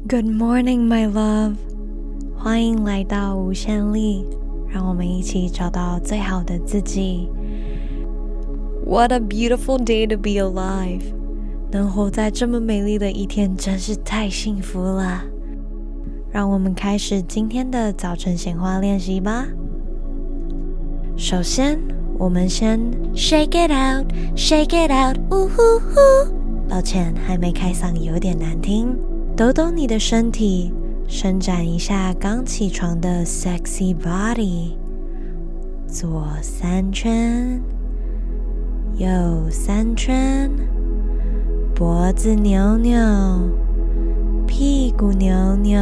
Good morning, my love. 欢迎来到无限力，让我们一起找到最好的自己。What a beautiful day to be alive. 能活在这么美丽的一天，真是太幸福了。让我们开始今天的早晨显化练习吧。首先，我们先 shake it out, shake it out, 呜呼呼。抱歉，还没开嗓，有点难听。抖抖你的身体，伸展一下刚起床的 sexy body。左3圈，右3圈，脖子扭扭，屁股扭扭。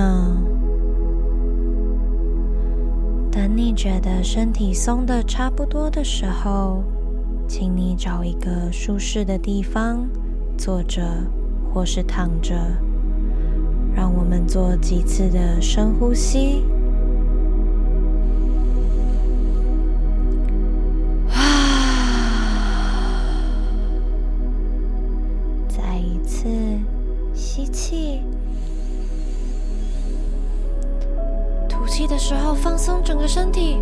等你觉得身体松得差不多的时候，请你找一个舒适的地方坐着或是躺着，让我们做几次的深呼吸。再一次吸气，吐气的时候放松整个身体。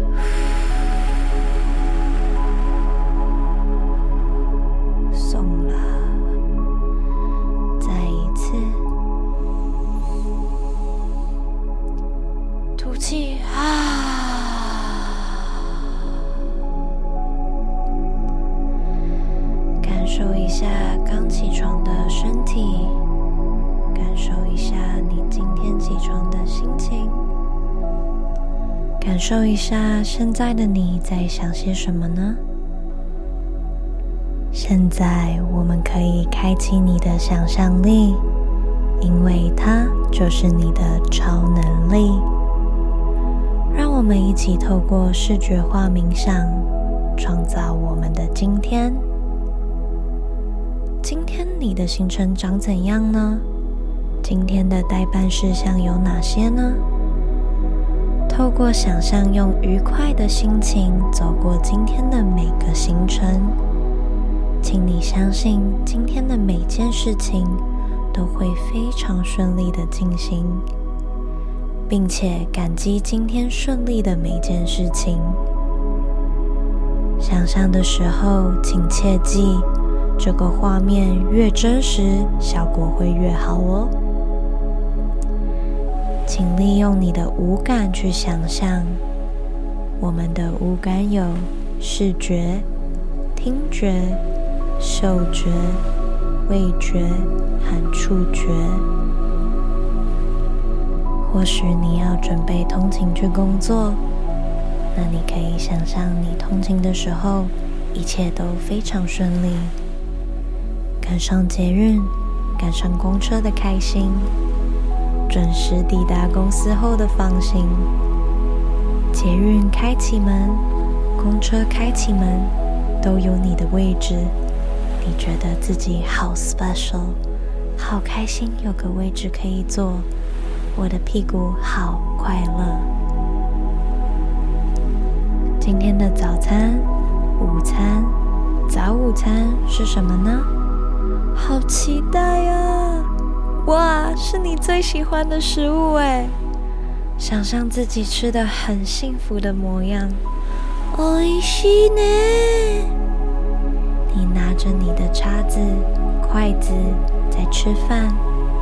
松了。再一次吐气，感受一下刚起床的身体，感受一下你今天起床的心情，感受一下现在的你在想些什么呢？现在我们可以开启你的想象力，因为它就是你的超能力。让我们一起透过视觉化冥想，创造我们的今天。今天你的行程长怎样呢？今天的待办事项有哪些呢？透过想象，用愉快的心情走过今天的每个行程。请你相信，今天的每件事情都会非常顺利的进行，并且感激今天顺利的每件事情。想象的时候，请切记，这个画面越真实，效果会越好哦。请利用你的五感去想象。我们的五感有视觉、听觉、嗅觉、味觉和触觉。或许你要准备通勤去工作，那你可以想象你通勤的时候，一切都非常顺利。赶上捷运，赶上公车的开心，准时抵达公司后的放心。捷运开启门，公车开启门，都有你的位置。你觉得自己好 special， 好开心有个位置可以坐，我的屁股好快乐。今天的早餐、午餐、早午餐是什么呢？好期待啊！哇，是你最喜欢的食物耶！想象自己吃得很幸福的模样。おいしいね。你拿着你的叉子、筷子在吃饭，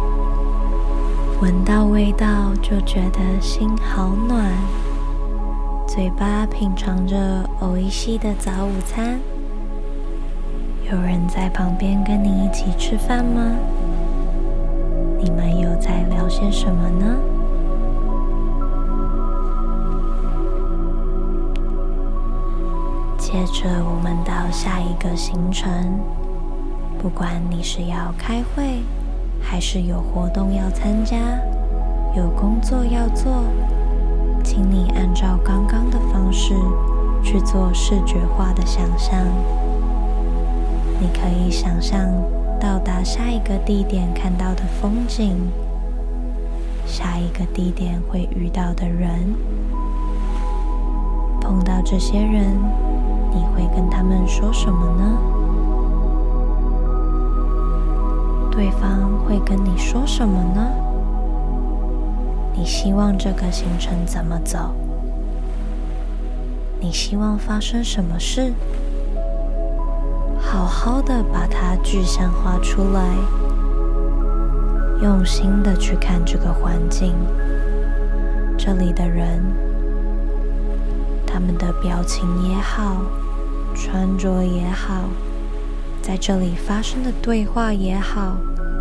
闻到味道就觉得心好暖。嘴巴品尝着おいしい的早午餐。有人在旁边跟你一起吃饭吗？你们有在聊些什么呢？接着我们到下一个行程，不管你是要开会，还是有活动要参加，有工作要做，请你按照刚刚的方式去做视觉化的想象。你可以想象到达下一个地点看到的风景，下一个地点会遇到的人，碰到这些人，你会跟他们说什么呢？对方会跟你说什么呢？ 你希望这个行程怎么走？你希望发生什么事？好好的把它具象化出来，用心的去看这个环境，这里的人，他们的表情也好，穿着也好，在这里发生的对话也好，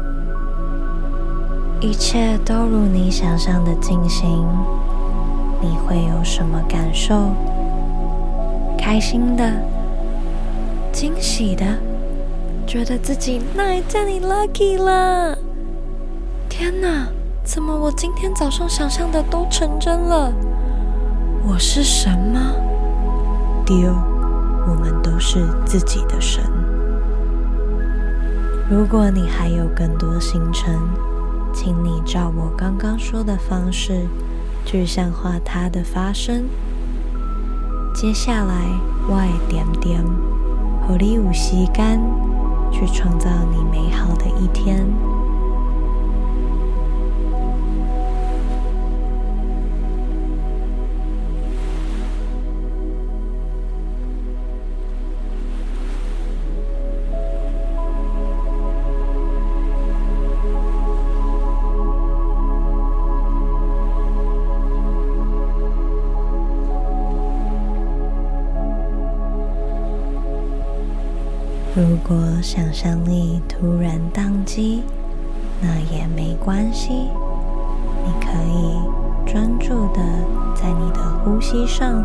一切都如你想象的进行。你会有什么感受？开心的？惊喜的？觉得自己太lucky 了？天哪，怎么我今天早上想象的都成真了？我是神吗？丢，我们都是自己的神。如果你还有更多行程，请你照我刚刚说的方式具象化它的发生。接下来我会点点让你有时间去创造你美好的一天。如果想象力突然宕机，那也没关系，你可以专注的在你的呼吸上。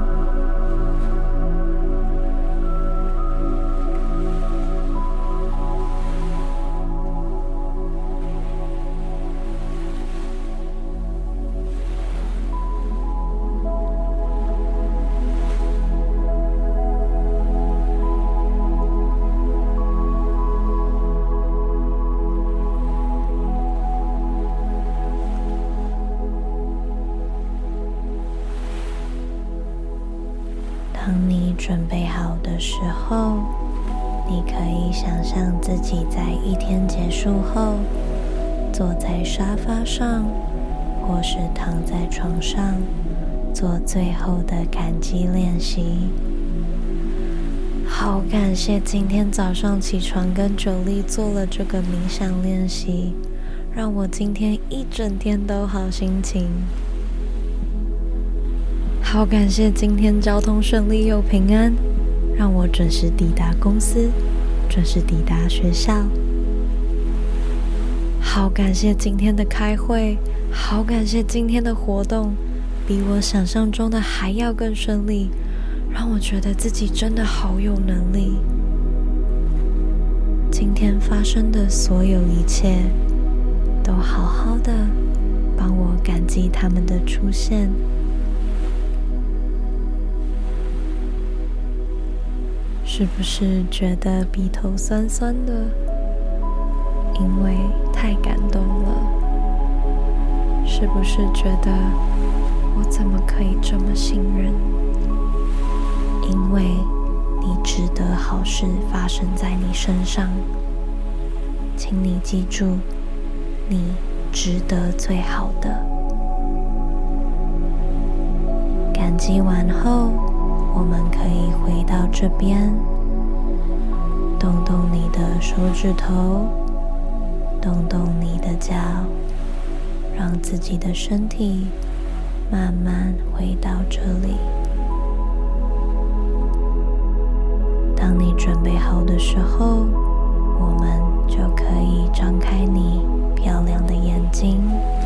当你准备好的时候，你可以想象自己在一天结束后，坐在沙发上，或是躺在床上，做最后的感激练习。好感谢今天早上起床跟九力做了这个冥想练习，让我今天一整天都好心情。好感谢今天交通顺利又平安，让我准时抵达公司，准时抵达学校。好感谢今天的开会，好感谢今天的活动，比我想象中的还要更顺利，让我觉得自己真的好有能力。今天发生的所有一切，都好好的帮我感激他们的出现。是不是觉得鼻头酸酸的？因为太感动了。是不是觉得我怎么可以这么信任？因为你值得好事发生在你身上。请你记住，你值得最好的。感激完后，我们可以回到这边，动动你的手指头，动动你的脚，让自己的身体慢慢回到这里。当你准备好的时候，我们就可以张开你漂亮的眼睛。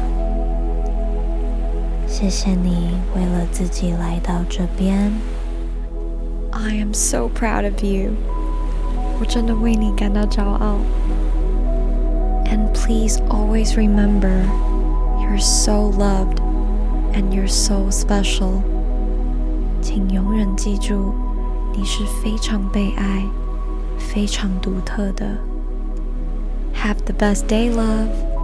谢谢你为了自己来到这边。I am so proud of you. 我真的为你感到骄傲。And please always remember, you're so loved and you're so special. 请永远记住，你是非常被爱、非常独特的。Have the best day, love.